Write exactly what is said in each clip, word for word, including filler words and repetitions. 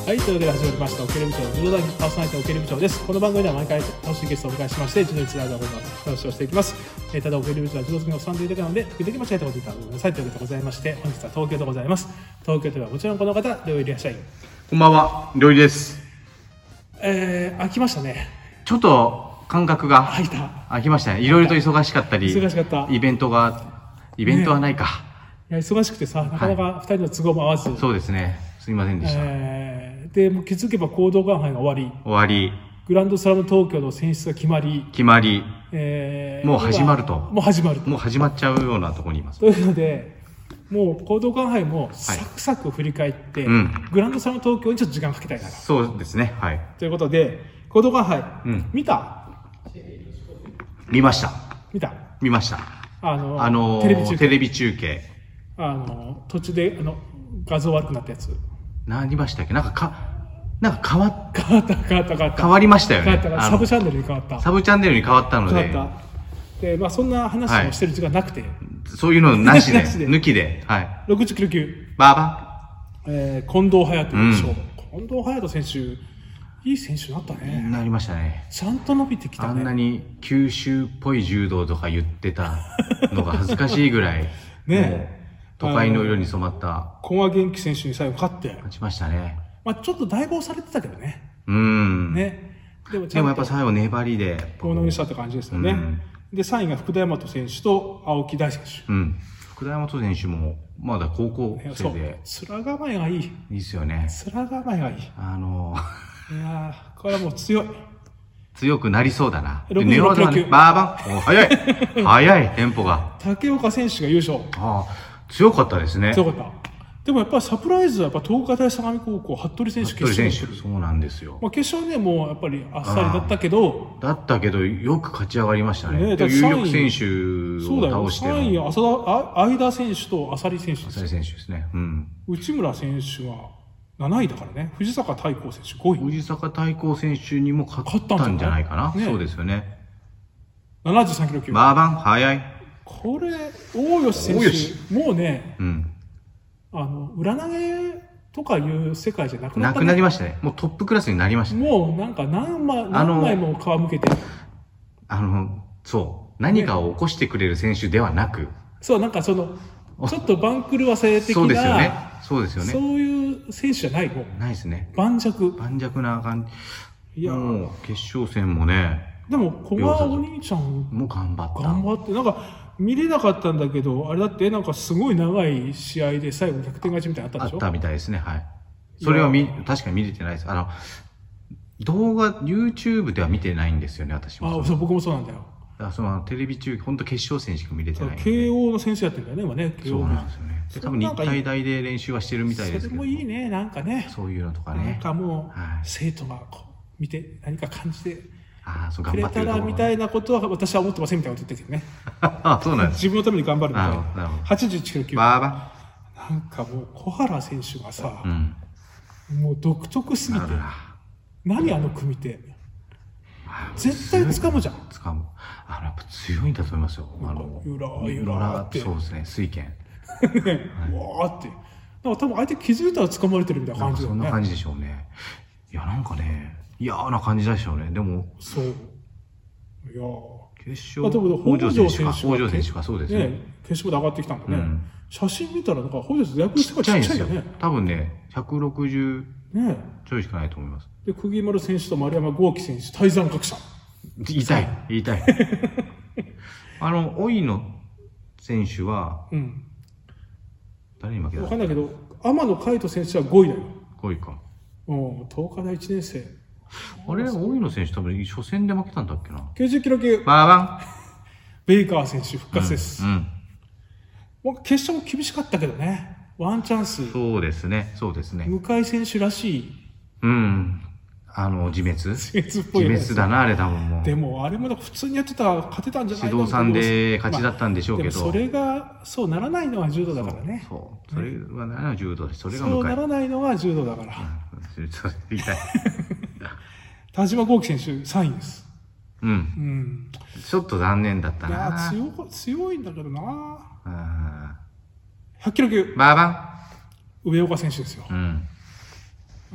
はい、というわけで始まりましたオケル部長の柔道団パーソナリティオケル部長です。この番組では毎回楽しいゲストをお迎えしまして柔道についての話をしていきます。えー、ただオケル部長は柔道好きのおっさんというだけなので時々間違えたこと言ったらごめんなさいということでございまして、本日は東京でございます。東京ではもちろんこの方、両入社社員。 こんばんは、りょういです。 えー、飽きましたね。 ちょっと感覚が飽きた。 飽きましたね。いろいろと忙しかったり、 忙しかった。 イベントがイベントはないか。ね、 いや忙しくてさ、なかなかふたりの都合も合わず、はい。 そうですね。すみませんでした。 えー、でもう気づけば講道館杯が終わり、 終わり。 グランドスラム東京の選出が決まり、 決まり。 えー、 もう始まると。 もう始まると。 もう始まっちゃうようなところにいます。 というので、もう講道館杯もサクサク振り返って、はい、うん、グランドスラム東京にちょっと時間かけたいなと。 そうですね。はい。 ということで、講道館杯、うん、見た？ 見ました。 見た？ 見ました。 あの、 あのー、テレビ中継。テレビ中継。 あの、途中で、あの、画像悪くなったやつ。 何ましたっけ？なんかか、なんか変わっ、 変わった、変わった、変わった。 変わりましたよね。 変わった。サブチャンネルに変わった。 サブチャンネルに変わったので。 変わった。で、まあそんな話をしてる時間なくて。はい、 そういうのなしで、抜きで。はい。 ろくじゅっキロ級。 バーバー。えー、近藤隼人優勝。うん、近藤隼人選手、いい選手になったね。 なりましたね。 ちゃんと伸びてきたね。 あんなに九州っぽい柔道とか言ってたのが恥ずかしいぐらい。ね。都会の色に染まった。 古賀元気選手に最後勝って。 勝ちましたね。 まあちょっと代行されてたけどね。 うん。 ね。 でも、でもやっぱ最後粘りで。 大乗りしたって感じですよね。うん、で、さんいが福田大和選手と青木大選手。 うん。福田大和選手もまだ高校生で。 面構えがいい。いいですよね。 面構えがいい。 あのー、いやー、これはもう強い。 強くなりそうだな。 ろくじゅうろくキロ級。 バーバン。お早い。早い、テンポが。 竹岡選手が優勝。 ああ。強かったですね。 強かった。でもやっぱりサプライズはやっぱ東海大相模高校、服部選手決勝。 服部選手、そうなんですよ。 まあ決勝ね、もうやっぱりあっさりだったけど。 だったけど、よく勝ち上がりましたね。ね、有力選手を倒して。 さんい、浅田、相田選手と浅利選手です。 浅利選手ですね。うん。 内村選手はなないだからね。藤坂大光選手ごい。 藤坂大光選手にも勝ったんじゃないかな。ね、そうですよね。 ななじゅうさんキロ級。 バーバン、早い。 これ、大吉選手、もうね、うん、あの、裏投げとかいう世界じゃなくなった、ね。 なくなりましたね。もうトップクラスになりました、ね。 もうなんか何枚、何枚も皮むけてる。 あの、そう。何かを起こしてくれる選手ではなく。ね、 そう、なんかその、ちょっと番狂わせ的な。 そうですよね。そうですよね。 そういう選手じゃないもん。 ないですね。 盤石。 盤石な感じ。いやもう決勝戦もね。 でも、小川お兄ちゃんも頑張った。 頑張って、なんか、見れなかったんだけど、あれだってなんかすごい長い試合で最後逆転勝ちみたいなのあったでしょ？ あったみたいですね、はい。それはみ、確かに見れてないです。あの、動画、YouTube では見てないんですよね、私も。 あ、そう、僕もそうなんだよ。 あそのテレビ中、本当決勝戦しか見れてない。 慶応の先生やってるんだよね、今ね。 そうなんですよね。多分日体大で練習はしてるみたいですけど。 それもいいね、なんかね。 そういうのとかね。 なんかもう、はい、生徒がこう、見て、何か感じて、 ああ、そう、頑張ってるくれたらみたいなことは私は思ってませんみたいなこと言ってるけどね。 ああ、そうなんです。 自分のために頑張るみたいな。 なるほど。 はちじゅういちキロ級。 バーバなんかもう小原選手がさ、うん、もう独特すぎて。何あの組って。絶対掴むじゃん。 掴む。あの、やっぱ強いんだと思いますよ。あの、 ゆらゆらって。 そうですね、水拳。 ね、わーって。なんか多分相手気づいたら掴まれてるみたいな感じだよね。 そんな感じでしょうね。いや、なんかね、嫌な感じでしょうね。でも。 そう。いや決勝、北条選手か。北条選手か、そうですね。 決勝で上がってきたんだね。うん、写真見たら、なんか北条選手、役ちっちゃいんですよね。 多分ね、ひゃくろくじゅうちょいしかないと思います。 で、釘丸選手と丸山豪輝選手、泰山格差。 言いたい、言いたい。あの、大井野選手は、うん、誰に負けた？ わかんないけど、天野海斗選手はごいだよ。 ごいか。 うん、東海大いちねん生。 あれ、大井野選手多分初戦で負けたんだっけな。 きゅうじゅっキロ級。 バーバン。 ベイカー選手復活です。うん。うん、もう決勝も厳しかったけどね。ワンチャンス。 そうですね。そうですね。 向井選手らしい。 うん。あの、自滅自滅っぽい、 ね。自滅だな、あれだもんもう。 でも、あれも普通にやってたら勝てたんじゃないかな。 指導さんで勝ちだったんでしょうけど。まあ、 それが、そうならないのは柔道だからね。 そう。それはならない柔道です。それが向井。 そうならないのは柔道だから。 うん、それ言いたい。 田島豪輝選手さんいです。 うん。うん。ちょっと残念だったな。 いや強、強いんだけどな。ひゃっキロ級。 バーバン。 上岡選手ですよ。 うん。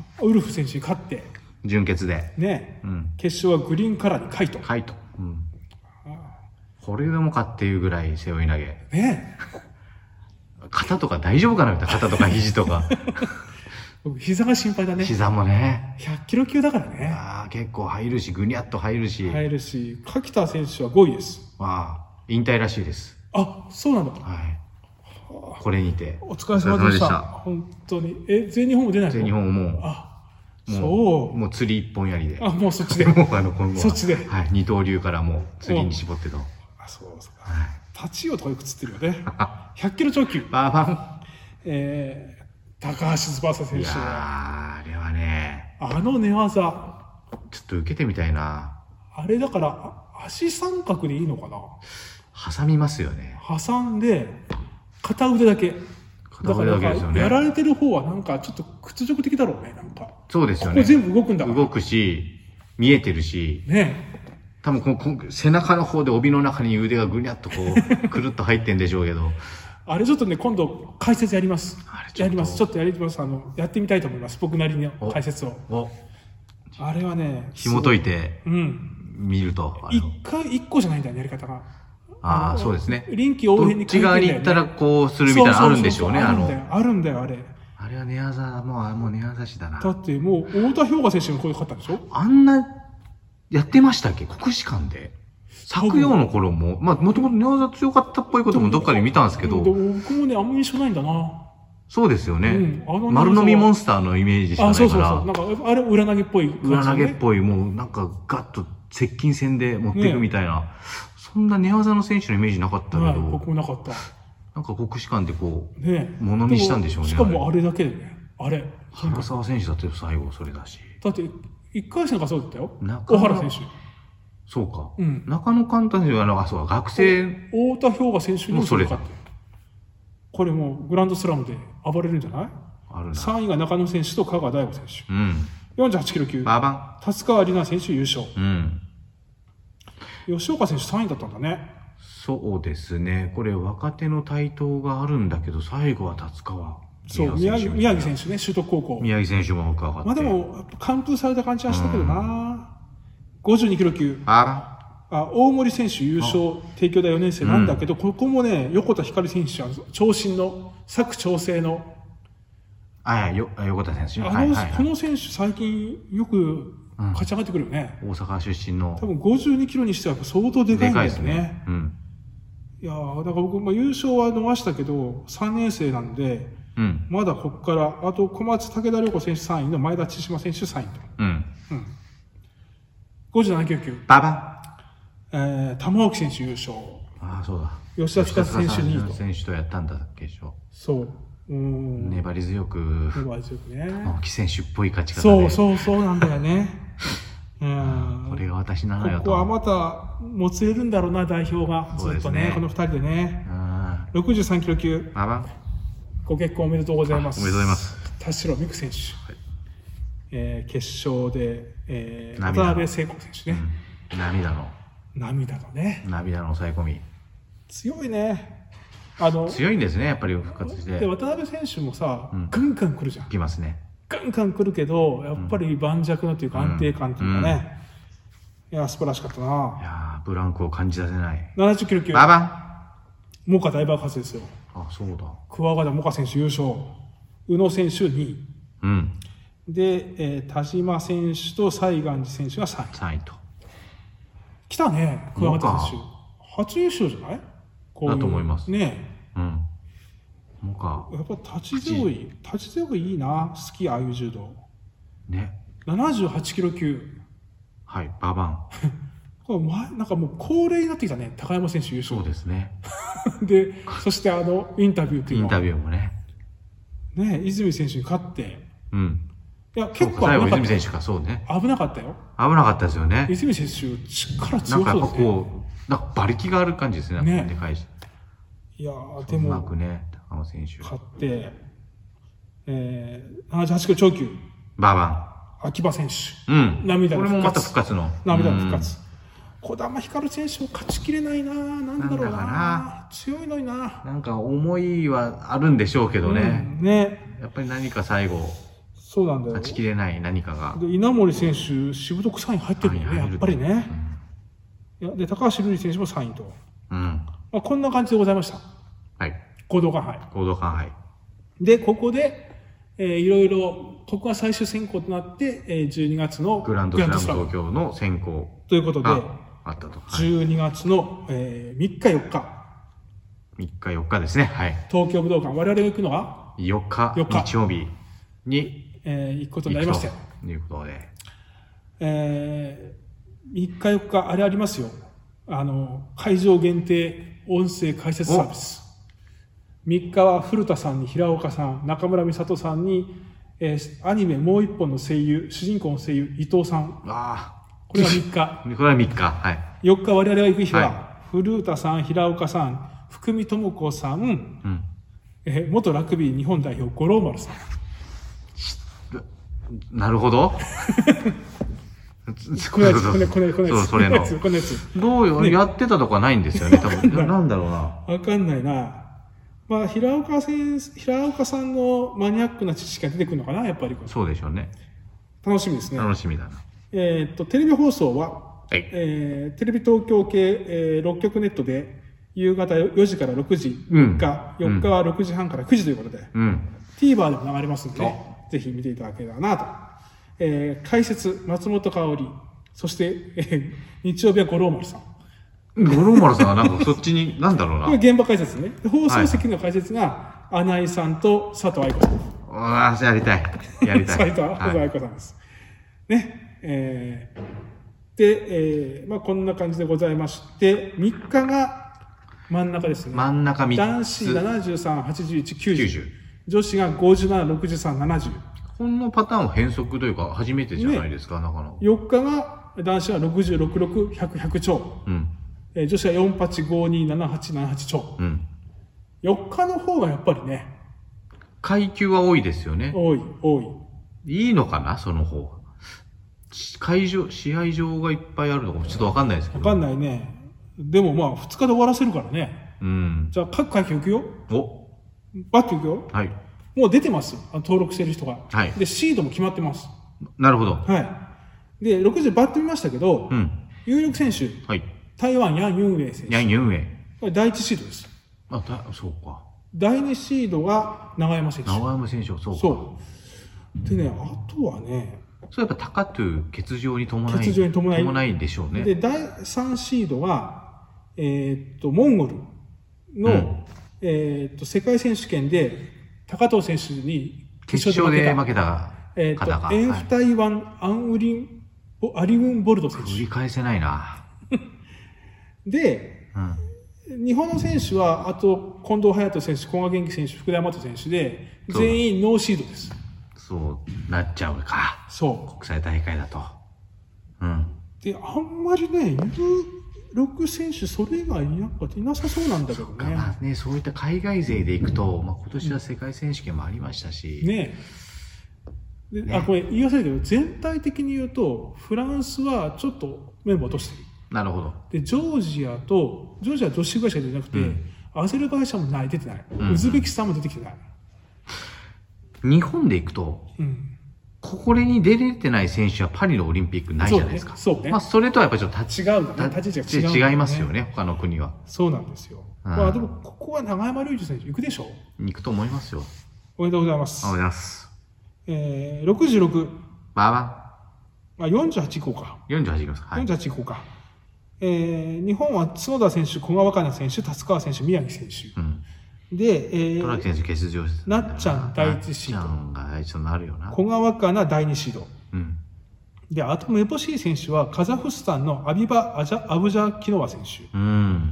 ウルフ選手に勝って準決でね、 うん、 決勝はグリーンカラーにカイトカイト、うん、これでもかっていうぐらい背負い投げね肩とか大丈夫かなみたいな肩とか肘とか僕膝が心配だね。 膝もねひゃっキロ級だからね。 あ結構入るしぐにゃっと入るし入るし柿田選手はごいです。 ああ引退らしいです。 あそうなんだ。 はいこれにてお疲れ様でした。本当にえ全日本も出ないの？ 全日本もあもうそうもう釣り一本やりであもうそっちでもうあの今後はそっちで、 はい、二刀流からもう釣りに絞ってとあそうそうか、 はい、 立ちようとかよく釣ってるよねひゃっキロ超級バーバンえー、高橋翼選手。いやあれはねあの寝技ちょっと受けてみたいな。 あれだから足三角でいいのかな。 挟みますよね。 挟んで片腕だけだからなんかやられてる方はなんかちょっと屈辱的だろうね。なんかそうですよね。 ここ全部動くんだから動くし見えてるしね多分この背中の方で帯の中に腕がぐにゃっとこうくるっと入ってんでしょうけどあれちょっとね今度解説やります。やりますちょっとやりますあのやってみたいと思います。僕なりの解説を。おあれはね紐解いて見ると一回一個じゃないんだよねやり方が。 ああそうですね。 臨機応変にどっち側に行ったらこうするみたいなのあるんでしょうね。 あるんだよあるんだよあれ。 あれは寝技もうもう寝技師だな。 だってもう太田氷河選手もこういう勝ったんでしょ。 あんなやってましたっけ国士舘で。作陽の頃もまあもともと寝技強かったっぽいこともどっかで見たんですけど。 僕もねあんまり印象ないんだな。 そうですよね。うん、 あの丸飲みモンスターのイメージしかないから。あ、そうそうそう。 なんか、あれ裏投げっぽい感じ、ね。 裏投げっぽい、もうなんかガッと接近戦で持っていくみたいな。ね、そんな寝技の選手のイメージなかったけど。はい、 僕もなかった。 なんか国士舘でこう、ね、ものにしたんでしょうね。 しかもあれだけでね。あれ。 原沢選手だって最後それだし。 だって、一回戦がそうだったよ。小原選手。 そうか。 うん。 中野寛太選手は、あ、そう学生。 太田氷河選手にもそれ勝って。これもうグランドスラムで暴れるんじゃない？あるさんいが中野選手と香川大吾選手。うん。よんじゅうはちキロ級。バーバン。達川里奈選手優勝。うん。吉岡選手さんいだったんだね。 そうですね。これ若手の台頭があるんだけど、最後は達川。 そう、宮城、宮城選手ね、習得高校。 宮城選手も伺って。 まあでも、完封された感じはしたけどな。うん、ごじゅうにキロ級。バーバン。あ大森選手優勝、帝京大よねん生なんだけど、うん、ここもね、横田光選手は長身の、佐久長聖の。 ああ、よ、横田選手。 あの、はいはいはい、この選手最近よく勝ち上がってくるよね。 うん、大阪出身の。 多分ごじゅうにキロにしては相当でかいんだよね。でかいですね。うん。いやー、だから僕、まあ、優勝は逃したけど、さんねん生なんで、うん、まだここから、あと小松武田涼子選手さんいの前田千島選手さんいと。うん。うん。ごじゅうななキロ級。 ババン。 えー、玉置選手優勝。 ああ、そうだ。 吉田司選手にいと。 選手とやったんだ、決勝。 そう。うん。 粘り強く。 粘り強くね。 玉置選手っぽい勝ち方で。そうそうそうなんだよね。うん。 これが私なのよと。 ここはまた、もつれるんだろうな、代表が。ずっとね、この二人でね。ろくじゅうさんキロ級。 ババン。 ご結婚おめでとうございます。 おめでとうございます。 田代美久選手。はい、えー、決勝で、えー、渡辺聖子選手ね。 うん、涙の。 涙のね。 涙の抑え込み。 強いね。あの、 強いんですね、やっぱり復活して。 で、渡辺選手もさ、うん、ガンガン来るじゃん。 来ますね。 ガンガン来るけど、やっぱり盤石のというか安定感というかね。うん、いや、素晴らしかったな。いやブランクを感じさせない。 ななじゅっキロ級。 ババン。 モカ大爆発ですよ。 あ、そうだ。 桑形モカ選手優勝。宇野選手にい。うん。で、えー、田島選手と西岸寺選手がさんい。 さんいと。 来たね、桑形選手。初優勝じゃない？こういうだと思います。 ねえ。うん。もか。 やっぱ立ち強い、立ち強いいいな、好き、ああいう柔道。 ね。 ななじゅうはちキロ級。 はい、ババン。 これ前、なんかもう恒例になってきたね、高山選手優勝。 そうですね。 で、そしてあの、インタビューっていうのインタビューもね。 ね、泉選手に勝って。 うん。 いや、結構危なかった。 最後泉選手か、そうね。 危なかったよ。 危なかったですよね。 泉選手、力強そうですね。なんかやっぱこう、なんか馬力がある感じですね。ね。でかいし。 いやー、でも。 うまくね、高山選手。 勝って、えー、ななじゅうはちキロ超級。 バーバン。 秋葉選手。 うん。 涙の復活。 これもまた復活の。 涙の復活。児玉ひかる選手を勝ちきれないなぁ。なんだろうな。なんだかな。強いのにな。 なんか思いはあるんでしょうけどね。 うん、ね。 やっぱり何か最後。 そうなんだよ。 断ち切れない何かが。 で、稲森選手、しぶとくさんい入ってるよね、やっぱりね。うん、いやで、高橋瑠璃選手もさんいと。うん。まあ、こんな感じでございました。 はい。 講道館杯。 講道館杯。 で、ここで、えー、いろいろ、ここが最終選考となって、えー、じゅうにがつのグランドスラム東京の選考。 ということで、 あったと。はい、 じゅうにがつの、えー、みっかよっか。 みっかよっかですね。はい。 東京武道館。我々が行くのはよっか、日曜日に、 えー、行くことになりましたよ。 ということで。 えー、みっかよっか、あれありますよ。あの、会場限定音声解説サービス。みっかは古田さんに平岡さん、中村美里さんに、えー、アニメもう一本の声優、主人公の声優、伊藤さん。 あこれはみっか。 これはみっか。はい。 よっか我々が行く日は、はい、古田さん、平岡さん、福見智子さん、うん、えー、元ラグビー日本代表、五郎丸さん。 なるほど。 このやつ、これ、これ、このやつ。 それの。 このやつ。 どうよ、ね、やってたとかないんですよね、多分。なんだろうな。 わかんないな。まあ、平岡先生、平岡さんのマニアックな知識が出てくるのかな、やっぱり。 そうでしょうね。 楽しみですね。 楽しみだな。 えっと、テレビ放送は、 はい、 えー、テレビ東京系、えー、ろっきょくネットで、夕方よじからろくじ、うん、よっか、よっかはろくじはんからくじということで、うん、TVer でも流れますので、ね、ぜひ見ていただければなと。えー、解説、松本香織、そして、えー、日曜日は五郎丸さん。 五郎丸さんはなんかそっちに、なんだろうな。 これ現場解説ね。放送席の解説が、はい、穴井さんと佐藤愛子さん。 ああ、やりたい。やりたい。 佐藤愛子さんです。はい、ね。えー、で、えー、まあこんな感じでございまして、みっかが真ん中ですね。 真ん中みっつ。 男子ななじゅうさん、はちじゅういち、きゅうじゅう。女子がごじゅうなな、ろくじゅうさん、ななじゅう。 このパターンは変則というか、初めてじゃないですか、ね、なかなか。 よっかが、男子はろくじゅうろく、ろく、ひゃく、ひゃく超。うん。えー、女子はよんはち、ごに、ななはち、ななはち超。うん。よっかの方がやっぱりね。 階級は多いですよね。 多い、多い。 いいのかな、その方が。会場、試合場がいっぱいあるのかちょっとわかんないですけど。 わかんないね。でもまあ、ふつかで終わらせるからね。うん。じゃあ、各階級行くよ。おバッと行くよ。はい。もう出てます。登録してる人が。はい。で、シードも決まってます。 なるほど。 はい。で、ろくじバッと見ましたけど、うん。有力選手。はい。台湾、ヤン・ユンウェイ選手。 ヤン・ユンウェイ。 これ第一シードです。 あ、だ、そうか。 第二シードが長山選手。 長山選手、そうか。そう。 でね、あとはね、 それやっぱ高トゥ欠場に伴い、 欠場に伴い、 伴いでしょうね。 で、だいさんシードは、えー、っと、モンゴルの、うん、えー、っと、世界選手権で、高藤選手に決勝で負けたえー、っと、エンフタイワン、アンウリン、アリウン・ボルド選手。 振り返せないな。 で、うん、日本の選手は、あと、近藤隼人選手、古賀元気選手、福田大和選手で、全員ノーシードです。 そうなっちゃうか。 そう。 国際大会だと。うん。 で、あんまりね、有力選手、それ以外なんかいなさそうなんだけどね。そうまあね、そういった海外勢でいくと、まあ今年は世界選手権もありましたし。 ねで、ね、あ、これ言い忘れたけど、全体的に言うと、フランスはちょっとメンバー落としてる。 なるほど。 で、ジョージアと、ジョージアは女子ぐらいしか出てなくて、うん、アゼルバイジャンもない、出てない。うん、ウズベキスタンも出てきてない。 日本で行くと、うん、これに出れてない選手はパリのオリンピックないじゃないですか。 そうね。そうね。 まあ、それとはやっぱりちょっと立ち、 違うんだね。立ち位置が違う、 ね。違いますよね、他の国は。 そうなんですよ。うん、まあ、でも、ここは長山隆二選手行くでしょう。 行くと思いますよ。 おめでとうございます。 おめでとうございます。 えー、ろくじゅうろく。 バーバン。あ、よんじゅうはちいこうか。 よんじゅうはちいきます。はい。 よんじゅうはちいこうか。えー、日本は角田選手、古賀若菜選手、達川選手、宮城選手。うん。で、えー、 トラキ選手欠場です。 なっちゃん第一シード。 なっちゃんが第一となるよな。 古賀若菜第二シード。うん。で、あとめぼしい選手は、カザフスタンのアビバ・アジャアブジャキノワ選手。うん。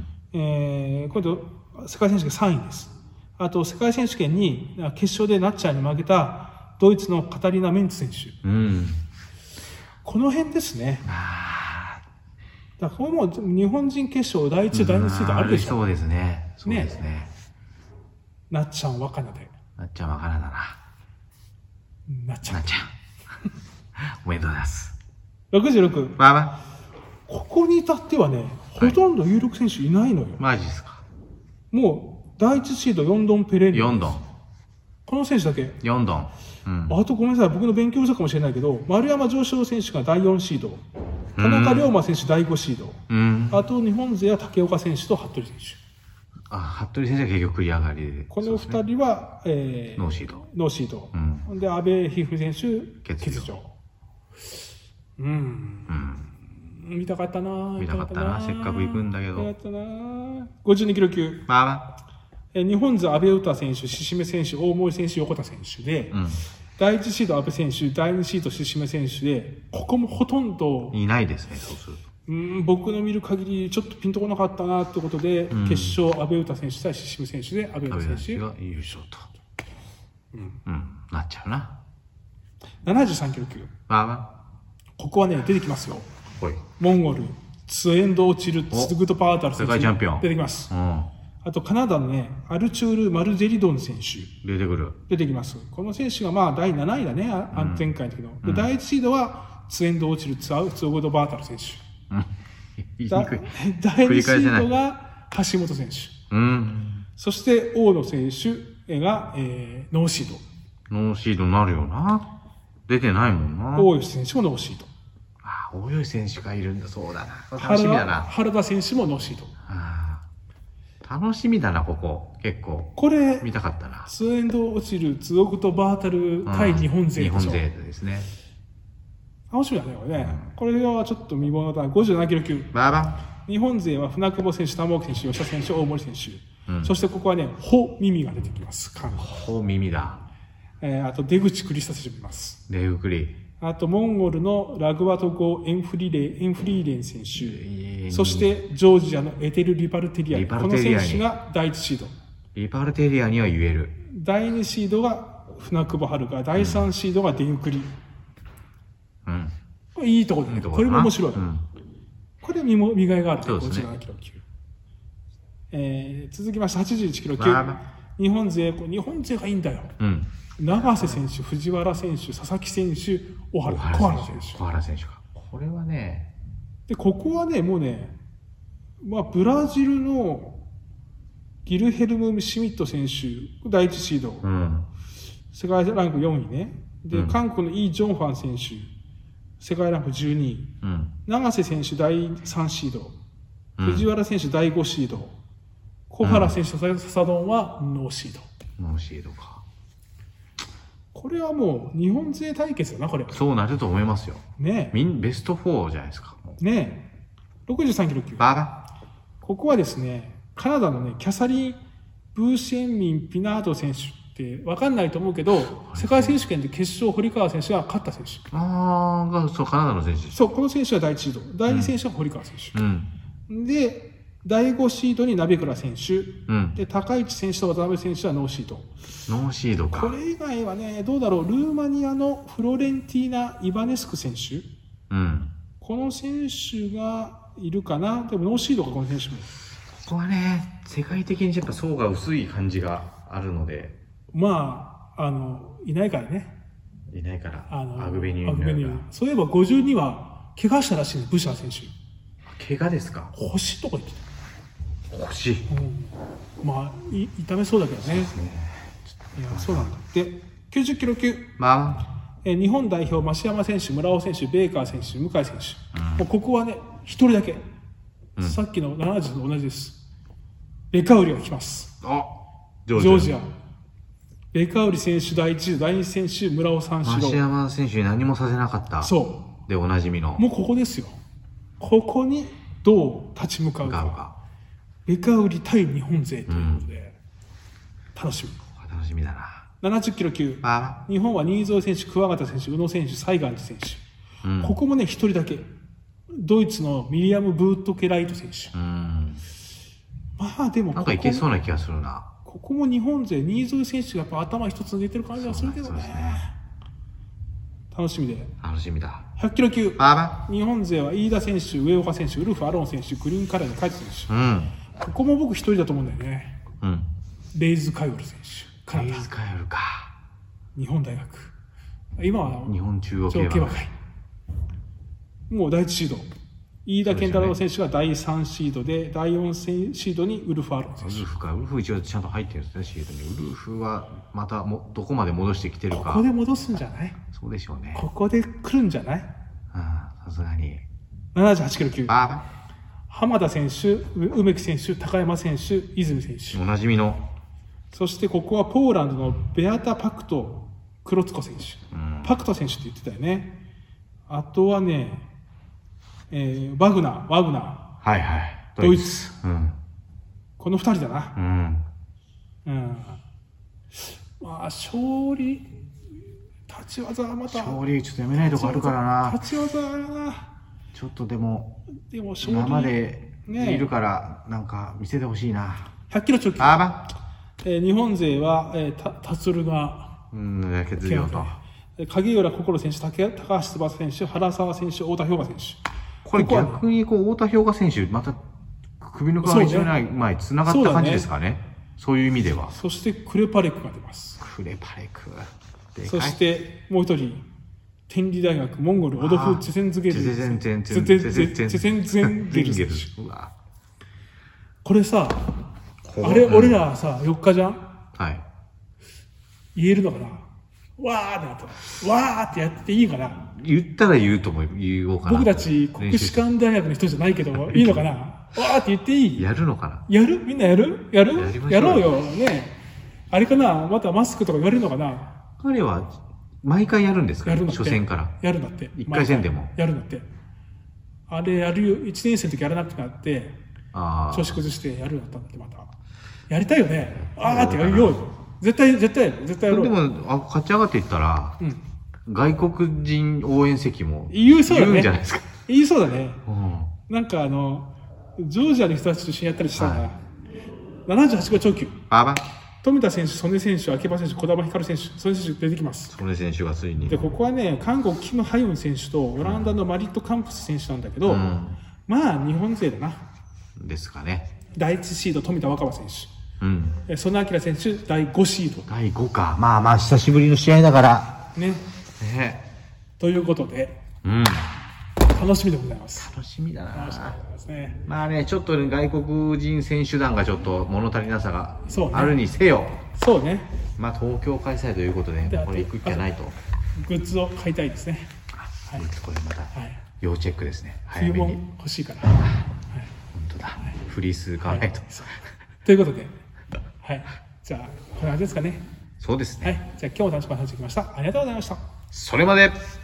えー、今度、世界選手権さんいです。あと、世界選手権に、決勝でなっちゃんに負けた、ドイツのカタリナ・メンツ選手。うん。この辺ですね。ああ。だから、これも日本人決勝第一、第二シードあるでしょ。 そうですね。そうですね。ねなっちゃん若菜で。 なっちゃん若菜だな。 なっちゃん。 なっちゃん。おめでとうございます。 ろくじゅうろく。 まあまあ。 ここに至ってはね、ほとんど有力選手いないのよ。 マジですか。 もう、第一シードヨンドンペレンリ。 ヨンドン。 この選手だけ。 よんどん。うん、 あとごめんなさい、僕の勉強不足かもしれないけど、丸山城志郎選手がだいよんシード、田中龍馬選手だいごシード、うん、あと日本勢は竹岡選手と服部選手。 あ、服部選手は結局繰り上がりで。 このふたりは、ねえー、 ノーシード。 ノーシード。うん、で、阿部一二三選手、欠場。うん。うん、見たかったな見たかったなせっかく行くんだけど。 見たかったなごじゅうにキロ級。 まあまあ。 日本勢、阿部詩選手、志々目選手、大森選手、横田選手で、うん、だいいちシード、阿部選手、だいにシード、志々目選手で、ここもほとんどいないですね、そうすると。 うん、僕の見る限り、ちょっとピンとこなかったなってことで、うん、決勝、阿部詩選手対志々目選手で、阿部詩選手が優勝と、うんうん、なっちゃうな。 ななじゅうさんキロ級。 まあまあ、ここはね、出てきますよ。 はい、 モンゴル、ツエンド・オチル・ツグト・パータル選手。 世界チャンピオン。 出てきます。 うんあと、カナダのね、アルチュール・マルジェリドン選手。 出てくる。 出てきます。この選手がまあだいなないだね、安全会の時の。うん、で、だいいちシードは、ツエンド・オチル・ツアウ・ツオゴド・バータル選手。うん、言いにくい。だいにシードが橋本選手。 うん、 そして、大野選手が、えー、ノーシード。 ノーシードになるよな。出てないもんな。 大吉選手もノーシード。 ああ、大吉選手がいるんだ。そうだな。楽しみだな。 原田選手もノーシード。 楽しみだな、ここ。結構。 これ、 見たかったな。 ツエンド落ちる、ツオグとバータル対日本勢でしょ、 うん、日本勢ですね。 楽しみだね、これね。うん、これはちょっと見ものだ。ごじゅうななキロ級。 バーバン。 日本勢は船久保選手、玉置選手、吉田選手、大森選手。うん、そしてここはね、ホ・ミミが出てきます。 ホ・ミミだ。 えー、あと、出口クリスタ選手もいます。 出口クリ。 あと、モンゴルのラグバトゴ・エンフリレエンフリーレン選手。そして、ジョージアのエテル・リパルテリア。リパルテリアこの選手がだいいちシード。 リパルテリアには言える。 だいにシードが船久保遥。だいさんシードが出口リ。うん。これいいところだね。これも面白い。うん、これ見も、見がいがある。 そうですね。ごじゅうななキロ級。えー、続きまして、はちじゅういちキロ級。日本勢、日本勢がいいんだよ。うん。永瀬選手、藤原選手、佐々木選手、小原、小原選手。 小原選手か。これはね。 で、ここはね、もうね、まあ、ブラジルのギルヘルム・シミット選手、だいいちシード。うん、世界ランクよんいね。で、うん、韓国のイ・ジョンファン選手、世界ランクじゅうにい。うん、永瀬選手、だいさんシード。うん、藤原選手、だいごシード。小原選手、うん、サドンはノーシード。 ノーシードか。 これはもう日本勢対決だな、これ。 そうなると思いますよ。 ねえ。ベストフォーじゃないですか。 ねえ。ろくじゅうさんキロ級。 バラ。 ここはですね、カナダのね、キャサリン・ブーシェンミン・ピナード選手って分かんないと思うけど、世界選手権で決勝、堀川選手が勝った選手。 ああ、そう、カナダの選手。 そう、この選手はだいいちシード。だいに選手は堀川選手。うん、で、だいごシードに鍋倉選手、うん、で高市選手と渡辺選手はノーシード。 ノーシードか。 これ以外はね、どうだろう、ルーマニアのフロレンティーナ・イバネスク選手、うん、この選手がいるかな。でもノーシードか、この選手も。 ここはね、世界的にやっぱ層が薄い感じがあるので、 まあ、あのいないからね。 いないから、 あのアグベニューが。 そういえばごじゅうには怪我したらしいね、ブシャー選手。 怪我ですか。 腰とか言ってた。 腰、 うん、まあい痛めそうだけどね。そうですね。いや、そうなんだ。で、きゅうじゅっキロ級、まあ、え日本代表増山選手、村尾選手、ベーカー選手、向井選手、うん、もうここはね一人だけ、うん、さっきのななじゅうと同じです。ベカウリが来ます。 あ、 ジョージア。ベカウリ選手だいいち、だいに選手村尾三四郎。 増山選手に何もさせなかった。 そうでおなじみの。 もうここですよ。ここにどう立ち向かうか。うかベカウリ対日本勢ということで、うん、楽しみ。 楽しみだな。 ななじゅっキロ級。日本は新添選手、桑形選手、宇野選手、西岸選手、うん。ここもね、一人だけ。ドイツのミリアム・ブートケライト選手。うん、まあでもここ、 なんかいけそうな気がするな。 ここも日本勢、新添選手がやっぱ頭一つ抜いてる感じがするけどね。楽しみで。 楽しみだ。 ひゃっキロ級。日本勢は飯田選手、上岡選手、ウルフ・アロン選手、グリーンカラーのカイツ選手。うんここも僕一人だと思うんだよね。うん。レイズ・カイオル選手。 レイズ・カイオルか。 日本大学。今は日本中央競馬会。 もうだいいちシード。 飯田健太郎選手がだいさんシードで、だいよんシードにウルフ・アロン選手。 ウルフか、ウルフ一応ちゃんと入ってるんですね、シードに。ウルフはまたもどこまで戻してきてるか。 ここで戻すんじゃない？ そうでしょうね。 ここで来るんじゃない？ さすがに。 ななじゅうはちキロ級。 あ浜田選手、梅木選手、高山選手、泉選手。 おなじみの。 そしてここはポーランドのベアタ・パクト・クロツコ選手。うん、パクト選手って言ってたよね。あとはね、えー、ワグナー、ワグナー。 はいはい。 ドイツ。 うん、 この二人だな。 うん。 うん。まあ、勝利、立ち技はまた。 勝利ちょっとやめないとこあるからな。 立ち技はな。 ちょっとでも、 でも勝利生でいるから、なんか見せてほしいな。 ひゃっキロ超級。 あば、 えー、日本勢は、えー、た、達郎が、 うん、欠場と。 影浦心選手、高橋翼選手、原沢選手、太田氷河選手。 これ逆にこう、太田氷河選手、また、首の皮が一緒に前、繋がった感じですかね。そういう意味では。 そして、クレパレクが出ます。 クレパレク。 そして、もう一人、天理大学、モンゴル、オドフ・チェセンズゲル。 チェセンゼンチェセンゼンゲル選手。これさ、あれ、俺らさ、よっかじゃん？ はい。 言えるのかな？わーってなった。わーってやっていいかな？ 言ったら言うとも言おうかな。 僕たち国士舘大学の人じゃないけど、いいのかな？わーって言っていい？ やるのかな？ やる？みんなやる？やる？ やりましょう。 やろうよ。ね。あれかな？またマスクとか言われるのかな？ 彼は、毎回やるんですか？やるんだって。初戦から。 やるんだって。 一回戦でも。 やるんだって。あれやるよ。一年生の時やらなくなって、調子崩してやるようになったんだって、また。やりたいよね。あーってやるよ。絶対、絶対、絶対やろう。 でも、あ、勝ち上がっていったら、うん、外国人応援席も言うそうだね。 言うんじゃないですか。 言いそうだね。 うん、 なんかあの、ジョージアの人たちと一緒にやったりしたら、はい、ななじゅうはちキロ超級。 あば。 富田選手、曽根選手、秋葉選手、児玉ひかる選手、曽根選手出てきます。 曽根選手がついに。 で、ここはね、韓国、キム・ハヨン選手とオランダのマリット・カンプス選手なんだけど、うん、まあ、日本勢だな。 ですかね。 だいいちシード、富田若葉選手。 うん。 曽根明選手、だいごシード。 だいごか。まあまあ、久しぶりの試合だから。 ね。 ね。 ということで、 うん。 楽しみでございます。 楽しみだな。 楽しみでございますね。 まあね、ちょっと、ね、外国人選手団がちょっと物足りなさがあるにせよ。 そうね。 まあ東京開催ということで、これ行くっきゃないと。 グッズを買いたいですね。 はい。これまた要チェックですね。 早めに欲しいから。はい。 本当だ。フリース買わないと。 ということで、はい。じゃあこんな感じですかね。 そうですね。 はい。じゃあ今日も楽しく話してきました。ありがとうございました。 それまで。